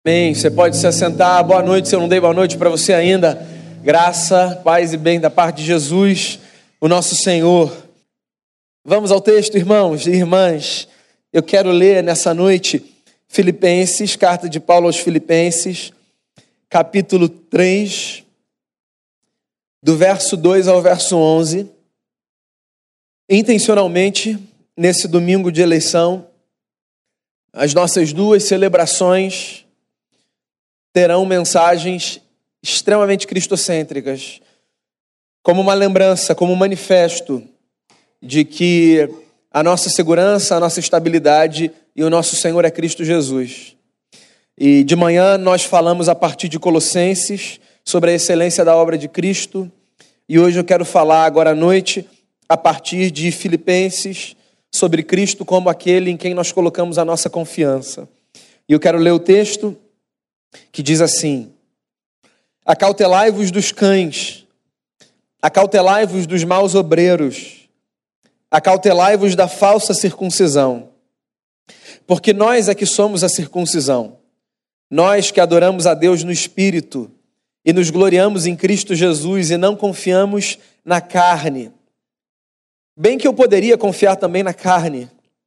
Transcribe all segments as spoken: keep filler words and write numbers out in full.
Amém. Você pode se assentar. Boa noite, se eu não dei boa noite para você ainda. Graça, paz e bem da parte de Jesus, o nosso Senhor. Vamos ao texto, irmãos e irmãs. Eu quero ler nessa noite Filipenses, carta de Paulo aos Filipenses, capítulo três, do verso dois ao verso onze. Intencionalmente, nesse domingo de eleição, as nossas duas celebrações terão mensagens extremamente cristocêntricas, como uma lembrança, como um manifesto de que a nossa segurança, a nossa estabilidade e o nosso Senhor é Cristo Jesus. E de manhã nós falamos a partir de Colossenses sobre a excelência da obra de Cristo, e hoje eu quero falar agora à noite a partir de Filipenses sobre Cristo como aquele em quem nós colocamos a nossa confiança. E eu quero ler o texto que diz assim: acautelai-vos dos cães, acautelai-vos dos maus obreiros, acautelai-vos da falsa circuncisão, porque nós é que somos a circuncisão, nós que adoramos a Deus no Espírito e nos gloriamos em Cristo Jesus e não confiamos na carne. Bem que eu poderia confiar também na carne.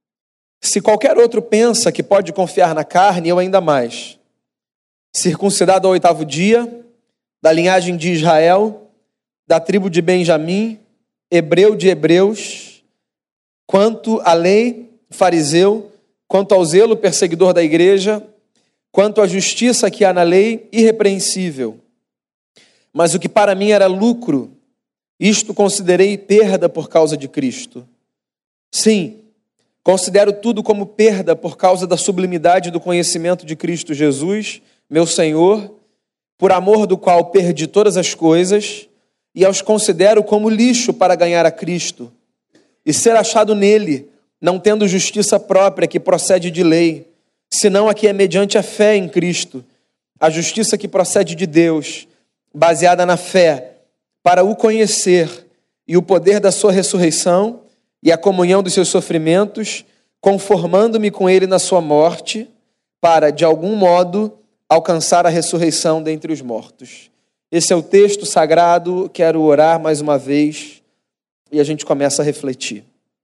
Se qualquer outro pensa que pode confiar na carne, eu ainda mais. Circuncidado ao oitavo dia, da linhagem de Israel, da tribo de Benjamim, hebreu de hebreus, quanto à lei, fariseu, quanto ao zelo, perseguidor da igreja, quanto à justiça que há na lei, irrepreensível. Mas o que para mim era lucro, isto considerei perda por causa de Cristo. Sim, considero tudo como perda por causa da sublimidade do conhecimento de Cristo Jesus, meu Senhor, por amor do qual perdi todas as coisas e os considero como lixo para ganhar a Cristo e ser achado nele, não tendo justiça própria que procede de lei, senão a que é mediante a fé em Cristo, a justiça que procede de Deus, baseada na fé, para o conhecer e o poder da sua ressurreição e a comunhão dos seus sofrimentos, conformando-me com ele na sua morte, para, de algum modo, alcançar a ressurreição dentre os mortos. Esse é o texto sagrado. Quero orar mais uma vez e a gente começa a refletir.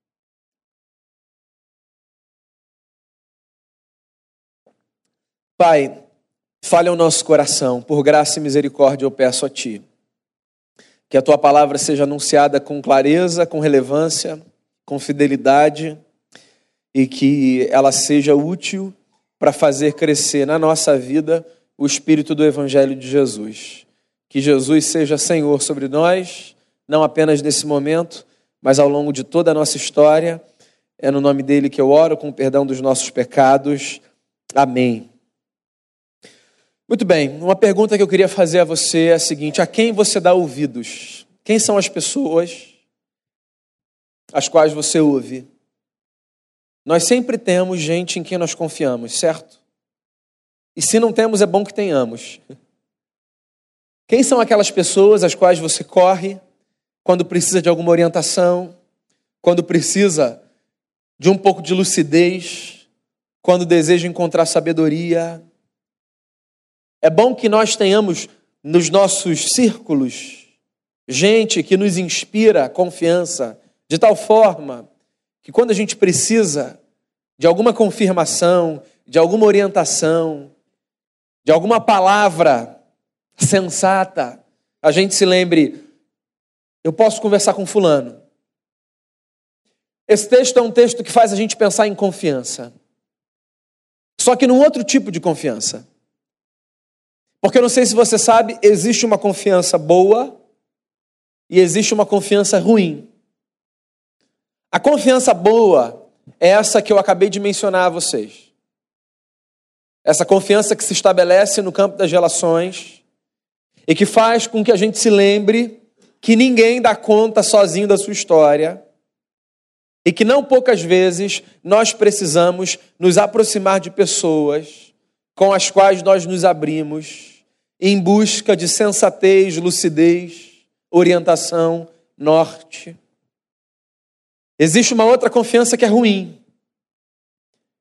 Pai, fale ao nosso coração, por graça e misericórdia eu peço a Ti. Que a Tua palavra seja anunciada com clareza, com relevância, com fidelidade, e que ela seja útil para fazer crescer na nossa vida o Espírito do Evangelho de Jesus. Que Jesus seja Senhor sobre nós, não apenas nesse momento, mas ao longo de toda a nossa história. É no nome dele que eu oro, com o perdão dos nossos pecados. Amém. Muito bem, uma pergunta que eu queria fazer a você é a seguinte: a quem você dá ouvidos? Quem são as pessoas às quais você ouve? Nós sempre temos gente em quem nós confiamos, certo? E se não temos, é bom que tenhamos. Quem são aquelas pessoas às quais você corre quando precisa de alguma orientação, quando precisa de um pouco de lucidez, quando deseja encontrar sabedoria? É bom que nós tenhamos nos nossos círculos gente que nos inspira confiança, de tal forma que quando a gente precisa de alguma confirmação, de alguma orientação, de alguma palavra sensata, a gente se lembre: eu posso conversar com fulano. Esse texto é um texto que faz a gente pensar em confiança. Só que num outro tipo de confiança. Porque eu não sei se você sabe, existe uma confiança boa e existe uma confiança ruim. A confiança boa é essa que eu acabei de mencionar a vocês. Essa confiança que se estabelece no campo das relações e que faz com que a gente se lembre que ninguém dá conta sozinho da sua história e que não poucas vezes nós precisamos nos aproximar de pessoas com as quais nós nos abrimos em busca de sensatez, lucidez, orientação, norte. Existe uma outra confiança que é ruim.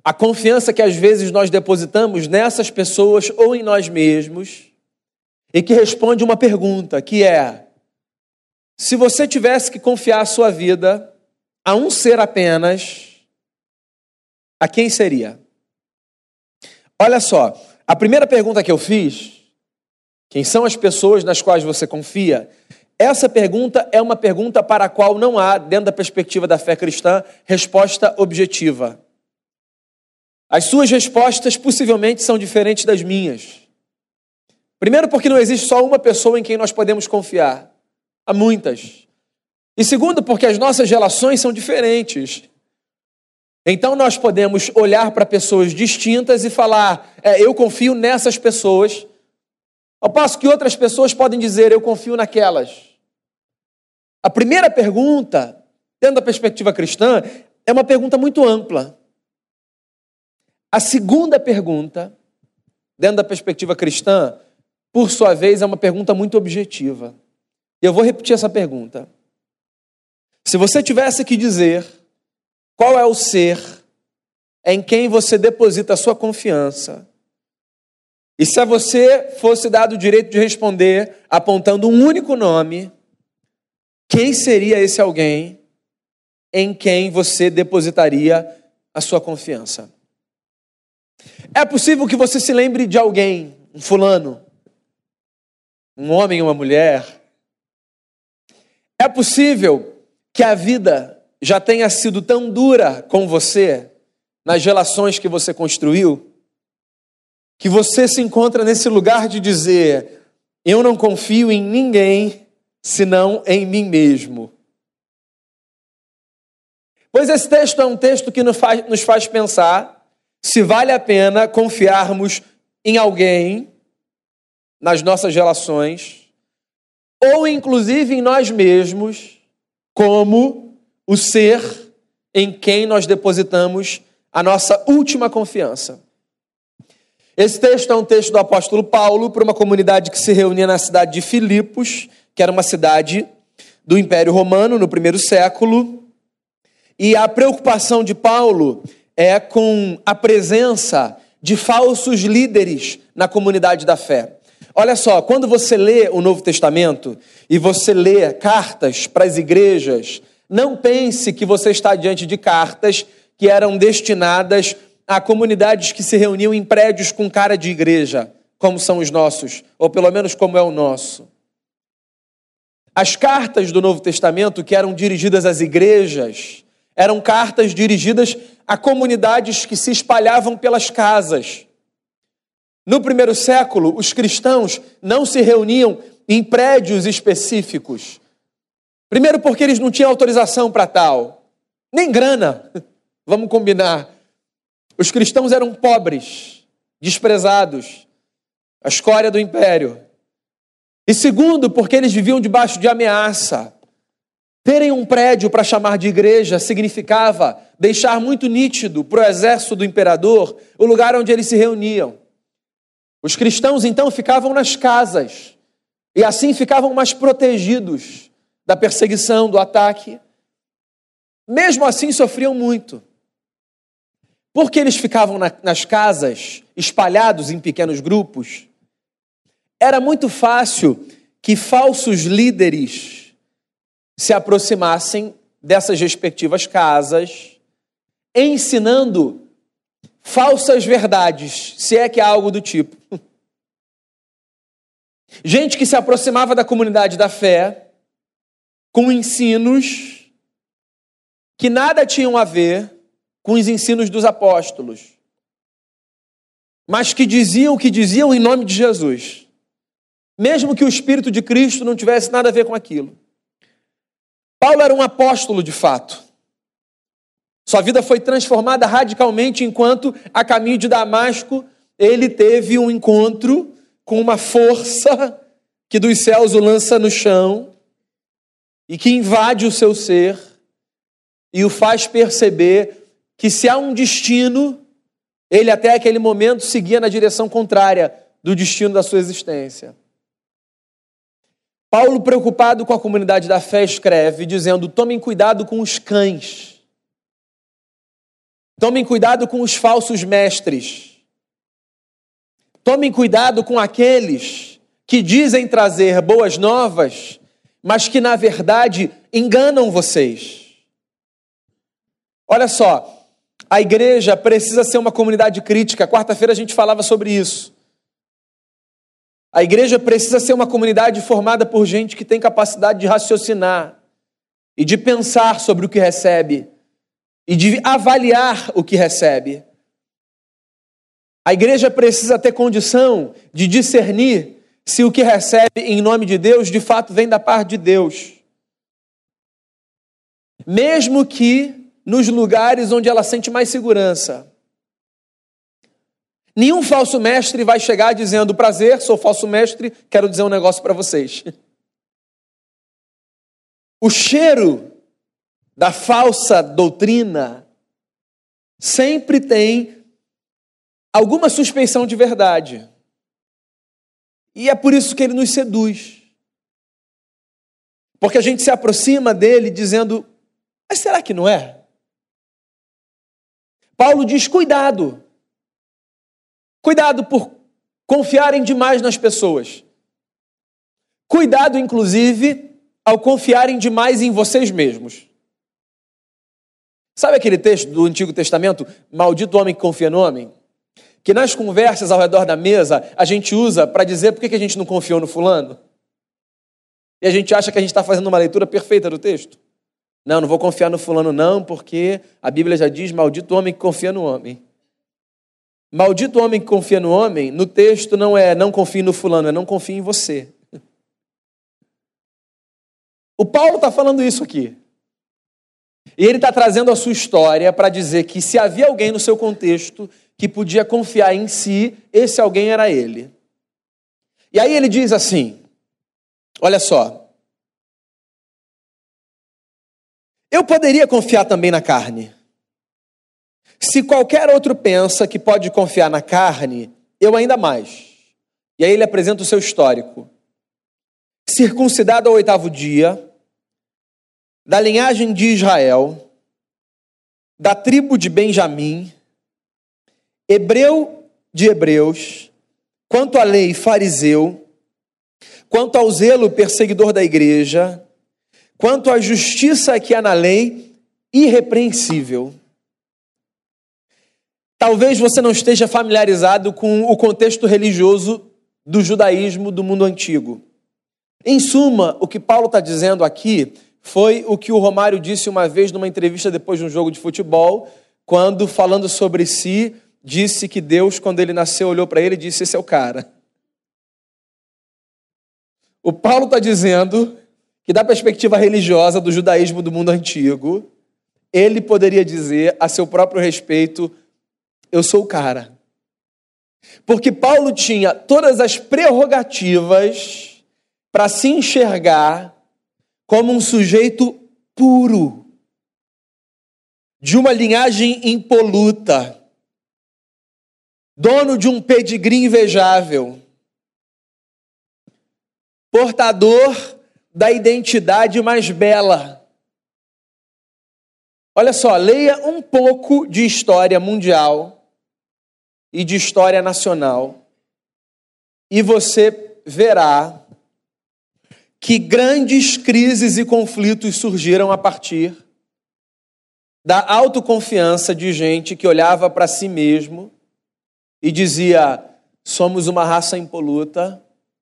A confiança que às vezes nós depositamos nessas pessoas ou em nós mesmos, e que responde uma pergunta, que é: se você tivesse que confiar a sua vida a um ser apenas, a quem seria? Olha só, a primeira pergunta que eu fiz, quem são as pessoas nas quais você confia? Essa pergunta é uma pergunta para a qual não há, dentro da perspectiva da fé cristã, resposta objetiva. As suas respostas possivelmente são diferentes das minhas. Primeiro, porque não existe só uma pessoa em quem nós podemos confiar. Há muitas. E segundo, porque as nossas relações são diferentes. Então nós podemos olhar para pessoas distintas e falar, é, eu confio nessas pessoas, ao passo que outras pessoas podem dizer, eu confio naquelas. A primeira pergunta, dentro da perspectiva cristã, é uma pergunta muito ampla. A segunda pergunta, dentro da perspectiva cristã, por sua vez, é uma pergunta muito objetiva. E eu vou repetir essa pergunta. Se você tivesse que dizer qual é o ser em quem você deposita a sua confiança, e se a você fosse dado o direito de responder apontando um único nome, quem seria esse alguém em quem você depositaria a sua confiança? É possível que você se lembre de alguém, um fulano, um homem ou uma mulher. É possível que a vida já tenha sido tão dura com você, nas relações que você construiu, que você se encontra nesse lugar de dizer, eu não confio em ninguém, senão em mim mesmo. Pois esse texto é um texto que nos faz, nos faz pensar se vale a pena confiarmos em alguém, nas nossas relações, ou inclusive em nós mesmos, como o ser em quem nós depositamos a nossa última confiança. Esse texto é um texto do apóstolo Paulo para uma comunidade que se reunia na cidade de Filipos, que era uma cidade do Império Romano no primeiro século. E a preocupação de Paulo é com a presença de falsos líderes na comunidade da fé. Olha só, quando você lê o Novo Testamento e você lê cartas para as igrejas, não pense que você está diante de cartas que eram destinadas a comunidades que se reuniam em prédios com cara de igreja, como são os nossos, ou pelo menos como é o nosso. As cartas do Novo Testamento que eram dirigidas às igrejas eram cartas dirigidas a comunidades que se espalhavam pelas casas. No primeiro século, os cristãos não se reuniam em prédios específicos. Primeiro porque eles não tinham autorização para tal, nem grana, vamos combinar. Os cristãos eram pobres, desprezados, a escória do império. E segundo, porque eles viviam debaixo de ameaça. Terem um prédio para chamar de igreja significava deixar muito nítido para o exército do imperador o lugar onde eles se reuniam. Os cristãos, então, ficavam nas casas e assim ficavam mais protegidos da perseguição, do ataque. Mesmo assim, sofriam muito. Porque eles ficavam na, nas casas, espalhados em pequenos grupos, era muito fácil que falsos líderes se aproximassem dessas respectivas casas, ensinando falsas verdades, se é que há algo do tipo. Gente que se aproximava da comunidade da fé com ensinos que nada tinham a ver com os ensinos dos apóstolos, mas que diziam o que diziam em nome de Jesus, mesmo que o Espírito de Cristo não tivesse nada a ver com aquilo. Paulo era um apóstolo de fato. Sua vida foi transformada radicalmente enquanto, a caminho de Damasco, ele teve um encontro com uma força que dos céus o lança no chão e que invade o seu ser e o faz perceber que se há um destino, ele até aquele momento seguia na direção contrária do destino da sua existência. Paulo, preocupado com a comunidade da fé, escreve dizendo, tomem cuidado com os cães. Tomem cuidado com os falsos mestres. Tomem cuidado com aqueles que dizem trazer boas novas, mas que na verdade enganam vocês. Olha só, a igreja precisa ser uma comunidade crítica. Quarta-feira a gente falava sobre isso. A igreja precisa ser uma comunidade formada por gente que tem capacidade de raciocinar e de pensar sobre o que recebe e de avaliar o que recebe. A igreja precisa ter condição de discernir se o que recebe em nome de Deus, de fato, vem da parte de Deus. Mesmo que nos lugares onde ela sente mais segurança. Nenhum falso mestre vai chegar dizendo: prazer, sou falso mestre, quero dizer um negócio para vocês. O cheiro da falsa doutrina sempre tem alguma suspeição de verdade. E é por isso que ele nos seduz. Porque a gente se aproxima dele dizendo: mas será que não é? Paulo diz: cuidado. Cuidado por confiarem demais nas pessoas. Cuidado, inclusive, ao confiarem demais em vocês mesmos. Sabe aquele texto do Antigo Testamento, maldito homem que confia no homem? Que nas conversas ao redor da mesa, a gente usa para dizer por que a gente não confiou no fulano. E a gente acha que a gente está fazendo uma leitura perfeita do texto. Não, não vou confiar no fulano não, porque a Bíblia já diz: maldito homem que confia no homem. Maldito homem que confia no homem, no texto não é não confie no fulano, é não confie em você. O Paulo está falando isso aqui. E ele está trazendo a sua história para dizer que se havia alguém no seu contexto que podia confiar em si, esse alguém era ele. E aí ele diz assim, olha só. Eu poderia confiar também na carne. Se qualquer outro pensa que pode confiar na carne, eu ainda mais. E aí ele apresenta o seu histórico. Circuncidado ao oitavo dia, da linhagem de Israel, da tribo de Benjamim, hebreu de hebreus, quanto à lei fariseu, quanto ao zelo perseguidor da igreja, quanto à justiça que há na lei, irrepreensível. Talvez você não esteja familiarizado com o contexto religioso do judaísmo do mundo antigo. Em suma, o que Paulo está dizendo aqui foi o que o Romário disse uma vez numa entrevista depois de um jogo de futebol, quando, falando sobre si, disse que Deus, quando ele nasceu, olhou para ele e disse: esse é o cara. O Paulo está dizendo que, da perspectiva religiosa do judaísmo do mundo antigo, ele poderia dizer a seu próprio respeito: eu sou o cara. Porque Paulo tinha todas as prerrogativas para se enxergar como um sujeito puro, de uma linhagem impoluta, dono de um pedigree invejável, portador da identidade mais bela. Olha só, leia um pouco de história mundial e de história nacional e você verá que grandes crises e conflitos surgiram a partir da autoconfiança de gente que olhava para si mesmo e dizia: somos uma raça impoluta,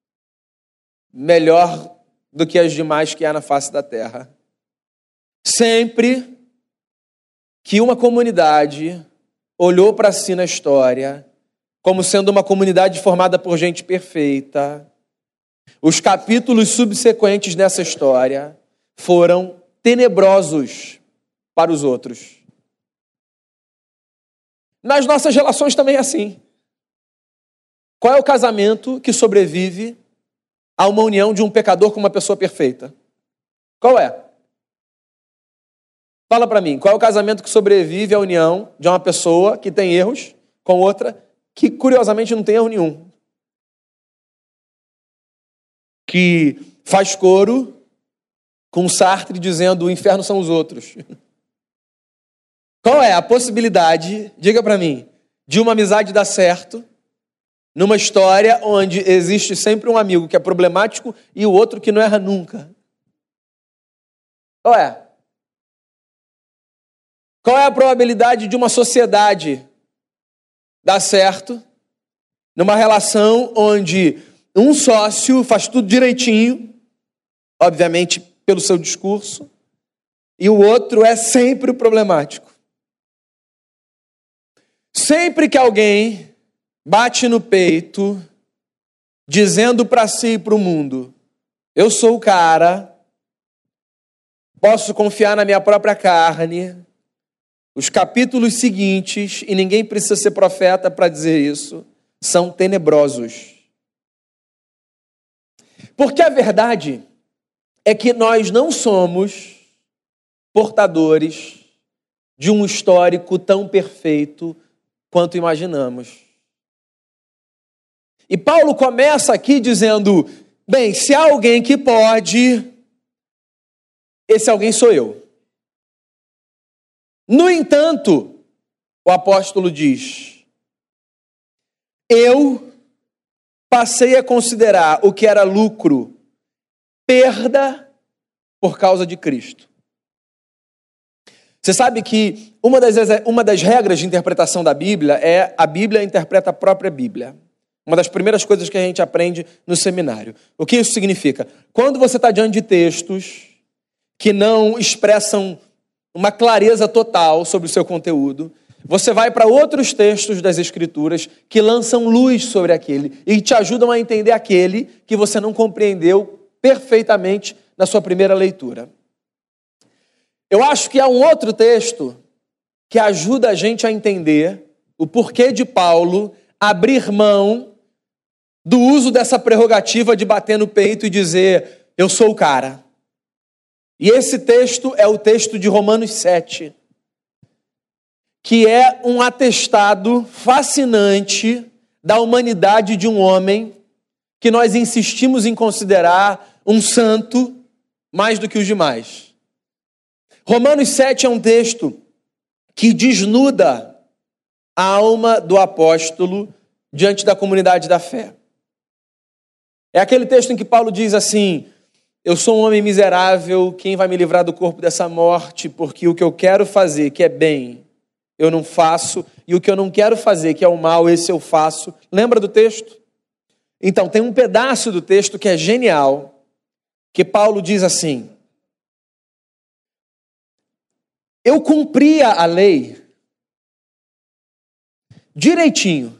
melhor do que as demais que há na face da terra. Sempre que uma comunidade olhou para si na história como sendo uma comunidade formada por gente perfeita, os capítulos subsequentes nessa história foram tenebrosos para os outros. Nas nossas relações também é assim. Qual é o casamento que sobrevive a uma união de um pecador com uma pessoa perfeita? Qual é? Fala para mim, qual é o casamento que sobrevive à união de uma pessoa que tem erros com outra que, curiosamente, não tem erro nenhum? Que faz coro com Sartre dizendo: o inferno são os outros. Qual é a possibilidade, diga para mim, de uma amizade dar certo numa história onde existe sempre um amigo que é problemático e o outro que não erra nunca? Qual é? Qual é a probabilidade de uma sociedade dar certo numa relação onde um sócio faz tudo direitinho, obviamente pelo seu discurso, e o outro é sempre o problemático? Sempre que alguém bate no peito, dizendo para si e para o mundo, eu sou o cara, posso confiar na minha própria carne, os capítulos seguintes, e ninguém precisa ser profeta para dizer isso, são tenebrosos. Porque a verdade é que nós não somos portadores de um histórico tão perfeito quanto imaginamos. E Paulo começa aqui dizendo, bem, se há alguém que pode, esse alguém sou eu. No entanto, o apóstolo diz, eu passei a considerar o que era lucro, perda por causa de Cristo. Você sabe que uma das, uma das regras de interpretação da Bíblia é a Bíblia interpreta a própria Bíblia. Uma das primeiras coisas que a gente aprende no seminário. O que isso significa? Quando você está diante de textos que não expressam uma clareza total sobre o seu conteúdo, você vai para outros textos das Escrituras que lançam luz sobre aquele e te ajudam a entender aquele que você não compreendeu perfeitamente na sua primeira leitura. Eu acho que há um outro texto que ajuda a gente a entender o porquê de Paulo abrir mão do uso dessa prerrogativa de bater no peito e dizer, eu sou o cara. E esse texto é o texto de Romanos sete, que é um atestado fascinante da humanidade de um homem que nós insistimos em considerar um santo mais do que os demais. Romanos sete é um texto que desnuda a alma do apóstolo diante da comunidade da fé. É aquele texto em que Paulo diz assim, eu sou um homem miserável, quem vai me livrar do corpo dessa morte? Porque o que eu quero fazer, que é bem, eu não faço, e o que eu não quero fazer, que é o mal, esse eu faço. Lembra do texto? Então, tem um pedaço do texto que é genial, que Paulo diz assim, eu cumpria a lei direitinho,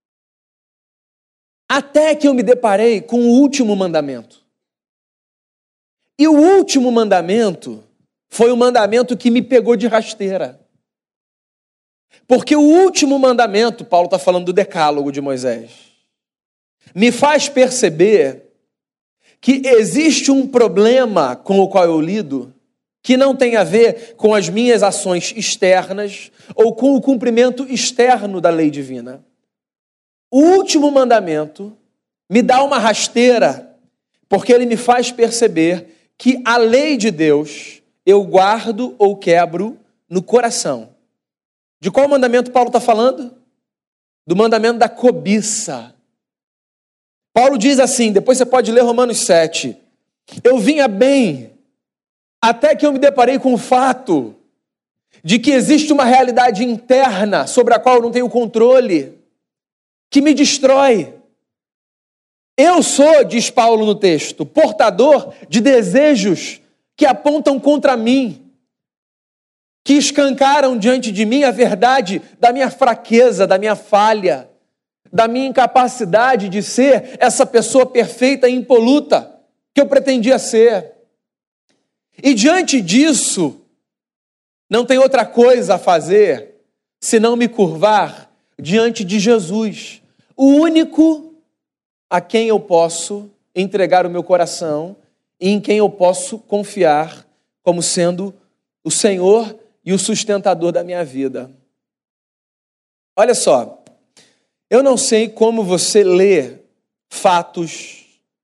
até que eu me deparei com o último mandamento. E o último mandamento foi o mandamento que me pegou de rasteira. Porque o último mandamento, Paulo está falando do decálogo de Moisés, me faz perceber que existe um problema com o qual eu lido, que não tem a ver com as minhas ações externas ou com o cumprimento externo da lei divina. O último mandamento me dá uma rasteira, porque ele me faz perceber que a lei de Deus eu guardo ou quebro no coração. De qual mandamento Paulo está falando? Do mandamento da cobiça. Paulo diz assim, depois você pode ler Romanos sete, eu vinha bem, até que eu me deparei com o fato de que existe uma realidade interna sobre a qual eu não tenho controle, que me destrói. Eu sou, diz Paulo no texto, portador de desejos que apontam contra mim, que escancaram diante de mim a verdade da minha fraqueza, da minha falha, da minha incapacidade de ser essa pessoa perfeita e impoluta que eu pretendia ser. E diante disso, não tem outra coisa a fazer senão me curvar diante de Jesus, o único a quem eu posso entregar o meu coração e em quem eu posso confiar como sendo o Senhor e o sustentador da minha vida. Olha só, eu não sei como você lê fatos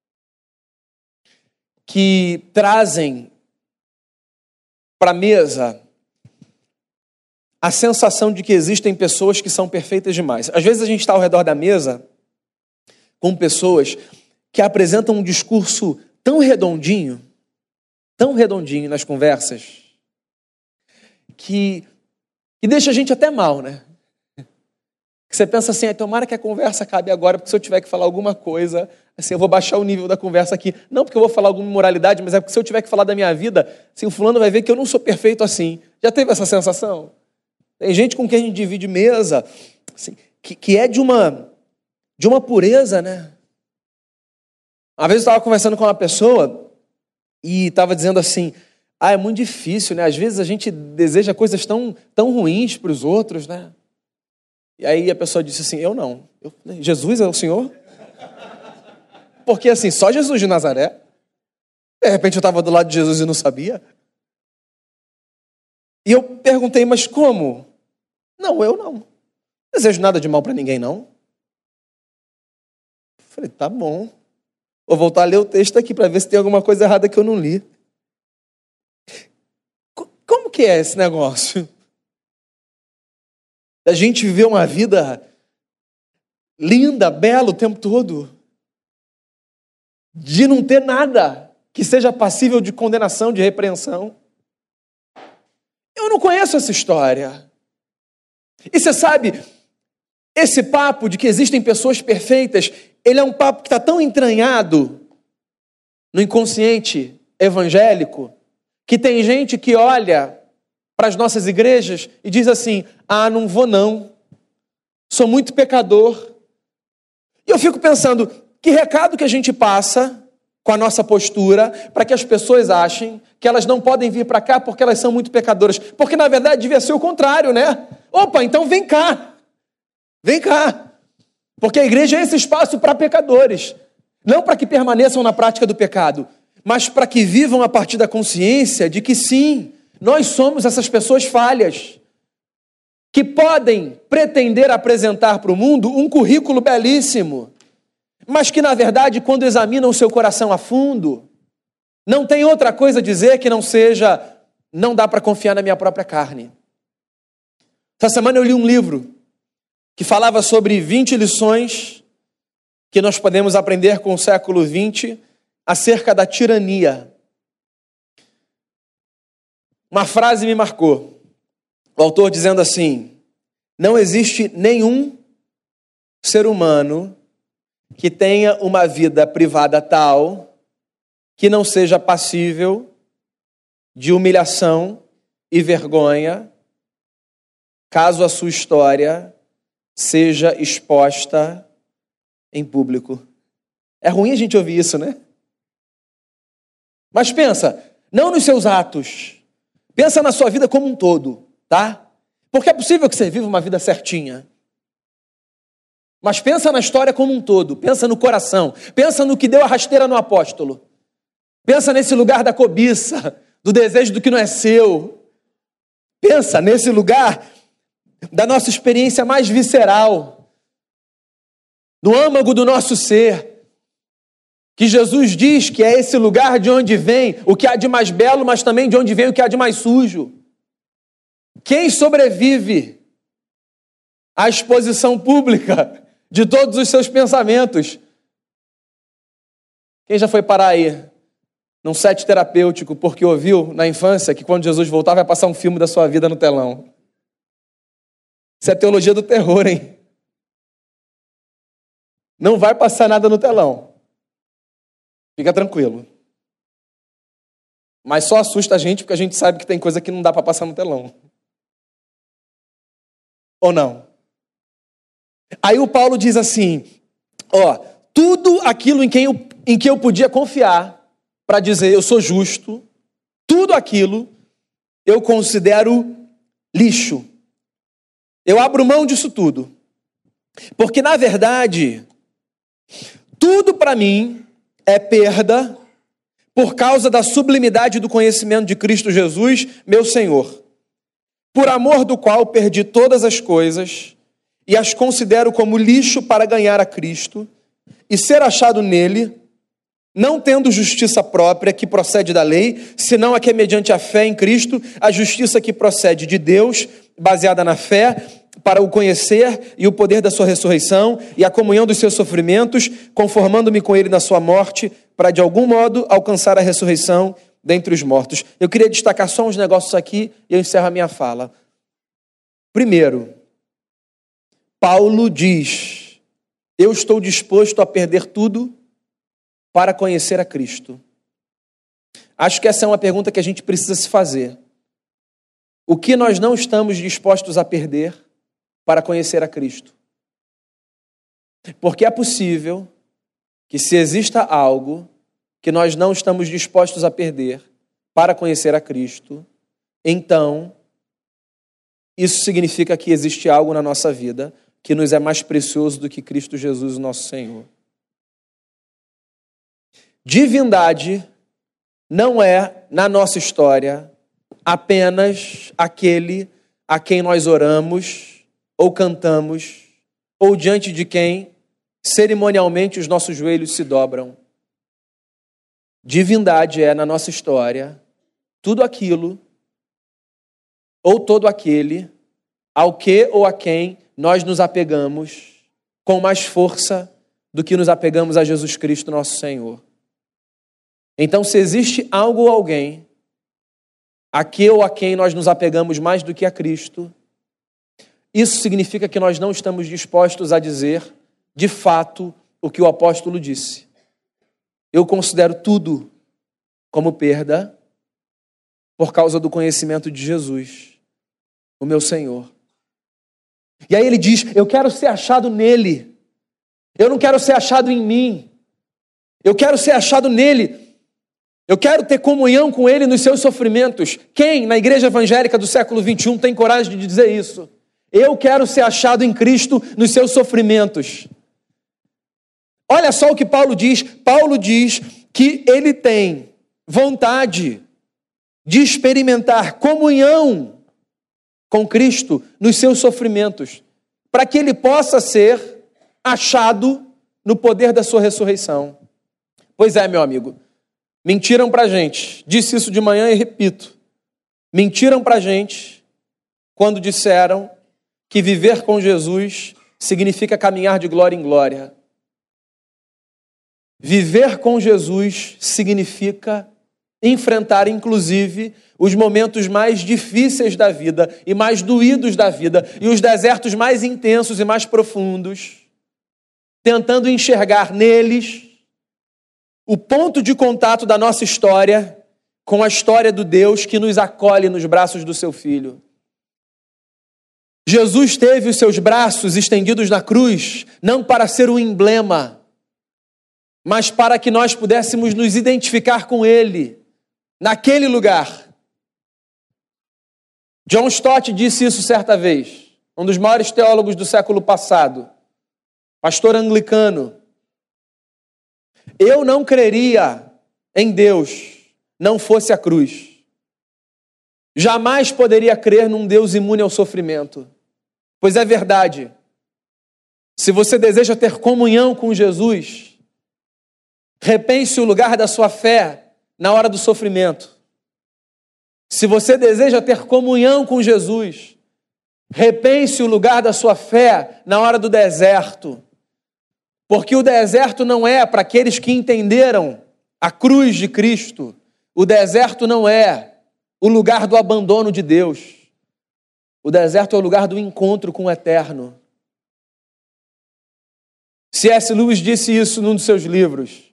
que trazem para a mesa a sensação de que existem pessoas que são perfeitas demais. Às vezes a gente está ao redor da mesa com pessoas que apresentam um discurso tão redondinho, tão redondinho nas conversas, que, que deixa a gente até mal, né? Que você pensa assim, tomara que a conversa acabe agora, porque se eu tiver que falar alguma coisa, assim, eu vou baixar o nível da conversa aqui. Não porque eu vou falar alguma imoralidade, mas é porque se eu tiver que falar da minha vida, assim, o fulano vai ver que eu não sou perfeito assim. Já teve essa sensação? Tem gente com quem a gente divide mesa, assim, que, que é de uma, de uma pureza, né? Uma vez eu estava conversando com uma pessoa e estava dizendo assim, ah, é muito difícil, né? Às vezes a gente deseja coisas tão, tão ruins para os outros, né? E aí a pessoa disse assim, eu não. Eu falei, Jesus é o Senhor? Porque assim, só Jesus de Nazaré. De repente eu estava do lado de Jesus e não sabia. E eu perguntei, mas como? Não, eu não. Não desejo nada de mal para ninguém, não. Eu falei, tá bom. Vou voltar a ler o texto aqui para ver se tem alguma coisa errada que eu não li. Como que é esse negócio? A gente viver uma vida linda, bela o tempo todo, de não ter nada que seja passível de condenação, de repreensão. Eu não conheço essa história. E você sabe, esse papo de que existem pessoas perfeitas, ele é um papo que está tão entranhado no inconsciente evangélico, que tem gente que olha para as nossas igrejas e diz assim, ah, não vou não, sou muito pecador. E eu fico pensando, que recado que a gente passa com a nossa postura para que as pessoas achem que elas não podem vir para cá porque elas são muito pecadoras. Porque na verdade devia ser o contrário, né? Opa, então vem cá, vem cá. Porque a igreja é esse espaço para pecadores, não para que permaneçam na prática do pecado, mas para que vivam a partir da consciência de que sim, nós somos essas pessoas falhas, que podem pretender apresentar para o mundo um currículo belíssimo, mas que, na verdade, quando examinam o seu coração a fundo, não tem outra coisa a dizer que não seja, não dá para confiar na minha própria carne. Essa semana eu li um livro que falava sobre vinte lições que nós podemos aprender com o século vinte acerca da tirania. Uma frase me marcou. O autor dizendo assim, não existe nenhum ser humano que tenha uma vida privada tal que não seja passível de humilhação e vergonha caso a sua história seja exposta em público. É ruim a gente ouvir isso, né? Mas pensa, não nos seus atos, pensa na sua vida como um todo, tá? Porque é possível que você viva uma vida certinha. Mas pensa na história como um todo, pensa no coração, pensa no que deu a rasteira no apóstolo. Pensa nesse lugar da cobiça, do desejo do que não é seu. Pensa nesse lugar da nossa experiência mais visceral, do âmago do nosso ser, que Jesus diz que é esse lugar de onde vem o que há de mais belo, mas também de onde vem o que há de mais sujo. Quem sobrevive à exposição pública de todos os seus pensamentos? Quem já foi parar aí num set terapêutico porque ouviu na infância que quando Jesus voltar vai passar um filme da sua vida no telão? Isso é teologia do terror, hein? Não vai passar nada no telão. Fica tranquilo. Mas só assusta a gente porque a gente sabe que tem coisa que não dá para passar no telão. Ou não? Aí o Paulo diz assim, ó, tudo aquilo em, quem eu, em que eu podia confiar para dizer eu sou justo, tudo aquilo eu considero lixo. Eu abro mão disso tudo. Porque, na verdade, tudo para mim é perda por causa da sublimidade do conhecimento de Cristo Jesus, meu Senhor, por amor do qual perdi todas as coisas e as considero como lixo para ganhar a Cristo e ser achado nele, não tendo justiça própria que procede da lei, senão a que é mediante a fé em Cristo, a justiça que procede de Deus baseada na fé, para o conhecer e o poder da sua ressurreição e a comunhão dos seus sofrimentos, conformando-me com ele na sua morte, para de algum modo alcançar a ressurreição dentre os mortos. Eu queria destacar só uns negócios aqui e eu encerro a minha fala. Primeiro, Paulo diz: eu estou disposto a perder tudo para conhecer a Cristo. Acho que essa é uma pergunta que a gente precisa se fazer. O que nós não estamos dispostos a perder para conhecer a Cristo? Porque é possível que, se exista algo que nós não estamos dispostos a perder para conhecer a Cristo, então isso significa que existe algo na nossa vida que nos é mais precioso do que Cristo Jesus, o nosso Senhor. Divindade não é, na nossa história, apenas aquele a quem nós oramos ou cantamos, ou diante de quem cerimonialmente os nossos joelhos se dobram. Divindade é, na nossa história, tudo aquilo ou todo aquele ao que ou a quem nós nos apegamos com mais força do que nos apegamos a Jesus Cristo, nosso Senhor. Então, se existe algo ou alguém a que ou a quem nós nos apegamos mais do que a Cristo, isso significa que nós não estamos dispostos a dizer, de fato, o que o apóstolo disse. Eu considero tudo como perda por causa do conhecimento de Jesus, o meu Senhor. E aí ele diz: eu quero ser achado nele. Eu não quero ser achado em mim. Eu quero ser achado nele. Eu quero ter comunhão com ele nos seus sofrimentos. Quem na igreja evangélica do século vinte e um tem coragem de dizer isso? Eu quero ser achado em Cristo nos seus sofrimentos. Olha só o que Paulo diz. Paulo diz que ele tem vontade de experimentar comunhão com Cristo nos seus sofrimentos, para que ele possa ser achado no poder da sua ressurreição. Pois é, meu amigo, mentiram pra gente. Disse isso de manhã e repito. Mentiram pra gente quando disseram que viver com Jesus significa caminhar de glória em glória. Viver com Jesus significa enfrentar, inclusive, os momentos mais difíceis da vida e mais doídos da vida e os desertos mais intensos e mais profundos, tentando enxergar neles o ponto de contato da nossa história com a história do Deus que nos acolhe nos braços do seu Filho. Jesus teve os seus braços estendidos na cruz, não para ser um emblema, mas para que nós pudéssemos nos identificar com Ele, naquele lugar. John Stott disse isso certa vez, um dos maiores teólogos do século passado, pastor anglicano. Eu não creria em Deus, não fosse a cruz. Jamais poderia crer num Deus imune ao sofrimento. Pois é verdade. Se você deseja ter comunhão com Jesus, repense o lugar da sua fé na hora do sofrimento. Se você deseja ter comunhão com Jesus, repense o lugar da sua fé na hora do deserto. Porque o deserto não é para aqueles que entenderam a cruz de Cristo. O deserto não é o lugar do abandono de Deus. O deserto é o lugar do encontro com o eterno. C S Lewis disse isso num dos seus livros.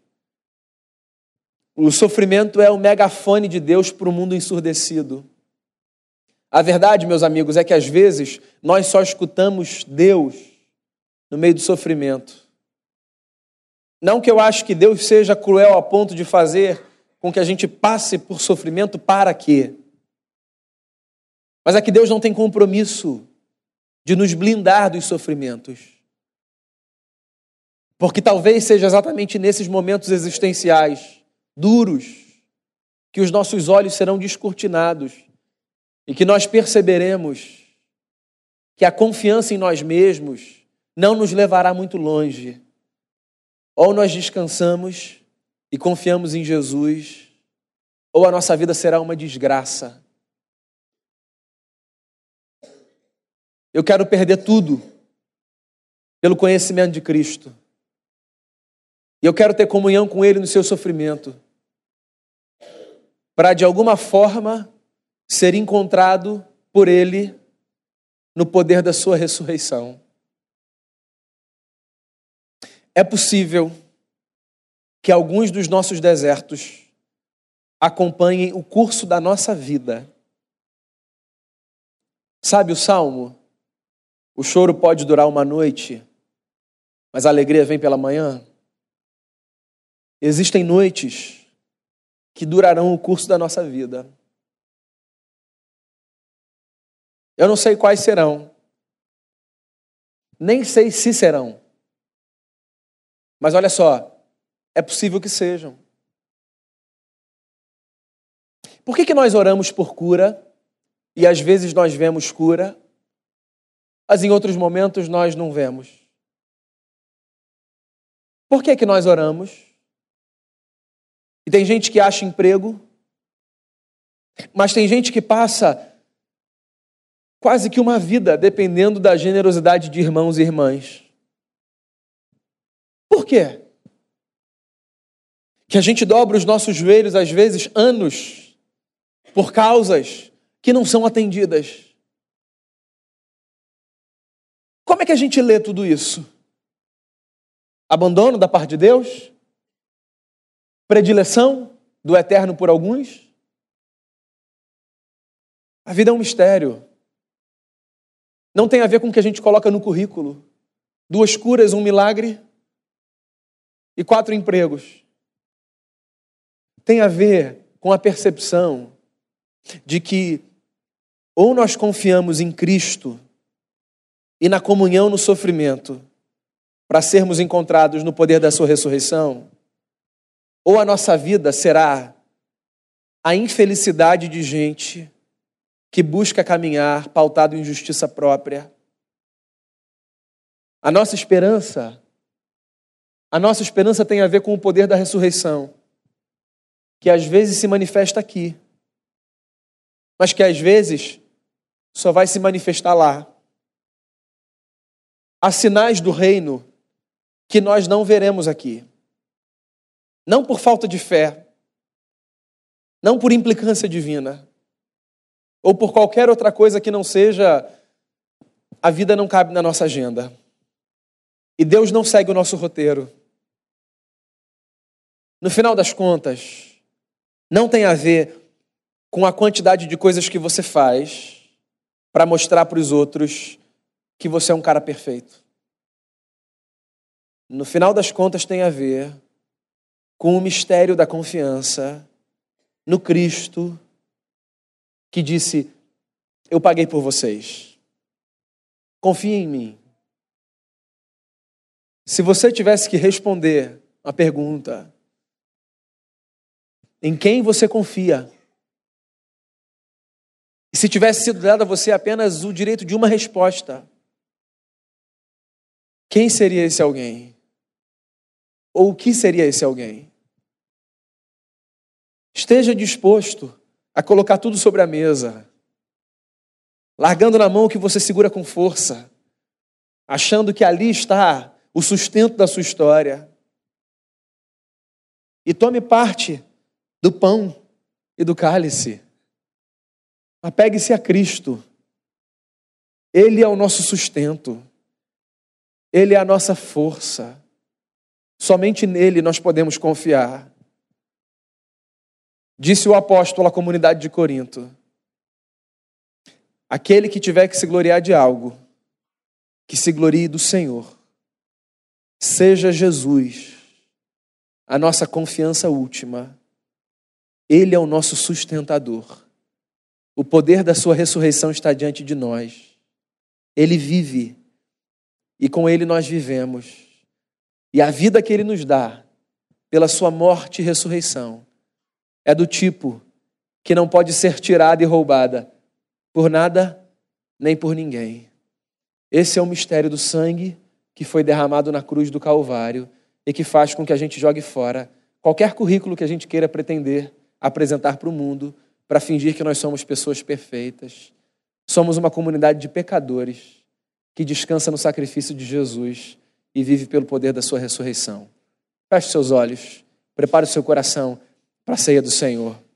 O sofrimento é o megafone de Deus para o mundo ensurdecido. A verdade, meus amigos, é que às vezes nós só escutamos Deus no meio do sofrimento. Não que eu acho que Deus seja cruel a ponto de fazer com que a gente passe por sofrimento para quê? Mas é que Deus não tem compromisso de nos blindar dos sofrimentos. Porque talvez seja exatamente nesses momentos existenciais duros que os nossos olhos serão descortinados e que nós perceberemos que a confiança em nós mesmos não nos levará muito longe. Ou nós descansamos e confiamos em Jesus, ou a nossa vida será uma desgraça. Eu quero perder tudo pelo conhecimento de Cristo. E eu quero ter comunhão com Ele no seu sofrimento, para de alguma forma ser encontrado por Ele no poder da sua ressurreição. É possível que alguns dos nossos desertos acompanhem o curso da nossa vida. Sabe o Salmo? O choro pode durar uma noite, mas a alegria vem pela manhã. Existem noites que durarão o curso da nossa vida. Eu não sei quais serão, nem sei se serão, mas olha só, é possível que sejam. Por que que nós oramos por cura e às vezes nós vemos cura, mas em outros momentos nós não vemos? Por que que nós oramos? E tem gente que acha emprego, mas tem gente que passa quase que uma vida dependendo da generosidade de irmãos e irmãs. Por quê? Que a gente dobra os nossos joelhos, às vezes, anos, por causas que não são atendidas. Como é que a gente lê tudo isso? Abandono da parte de Deus? Predileção do eterno por alguns? A vida é um mistério. Não tem a ver com o que a gente coloca no currículo. Duas curas, um milagre e quatro empregos. Tem a ver com a percepção de que ou nós confiamos em Cristo e na comunhão no sofrimento para sermos encontrados no poder da sua ressurreição, ou a nossa vida será a infelicidade de gente que busca caminhar pautado em justiça própria. A nossa esperança, a nossa esperança tem a ver com o poder da ressurreição, que às vezes se manifesta aqui, mas que às vezes só vai se manifestar lá. Há sinais do reino que nós não veremos aqui. Não por falta de fé, não por implicância divina, ou por qualquer outra coisa que não seja a vida não cabe na nossa agenda. E Deus não segue o nosso roteiro. No final das contas, não tem a ver com a quantidade de coisas que você faz para mostrar para os outros que você é um cara perfeito. No final das contas, tem a ver com o mistério da confiança no Cristo que disse: eu paguei por vocês. Confiem em mim. Se você tivesse que responder a pergunta, em quem você confia? E se tivesse sido dado a você apenas o direito de uma resposta, quem seria esse alguém? Ou o que seria esse alguém? Esteja disposto a colocar tudo sobre a mesa, largando na mão o que você segura com força, achando que ali está o sustento da sua história. E tome parte do pão e do cálice. Apegue-se a Cristo. Ele é o nosso sustento. Ele é a nossa força. Somente nele nós podemos confiar. Disse o apóstolo à comunidade de Corinto: aquele que tiver que se gloriar de algo, que se glorie do Senhor. Seja Jesus a nossa confiança última. Ele é o nosso sustentador. O poder da sua ressurreição está diante de nós. Ele vive e com ele nós vivemos. E a vida que ele nos dá, pela sua morte e ressurreição, é do tipo que não pode ser tirada e roubada por nada nem por ninguém. Esse é o mistério do sangue que foi derramado na cruz do Calvário e que faz com que a gente jogue fora qualquer currículo que a gente queira pretender apresentar para o mundo para fingir que nós somos pessoas perfeitas. Somos uma comunidade de pecadores que descansa no sacrifício de Jesus e vive pelo poder da sua ressurreição. Feche seus olhos, prepare o seu coração para a ceia do Senhor.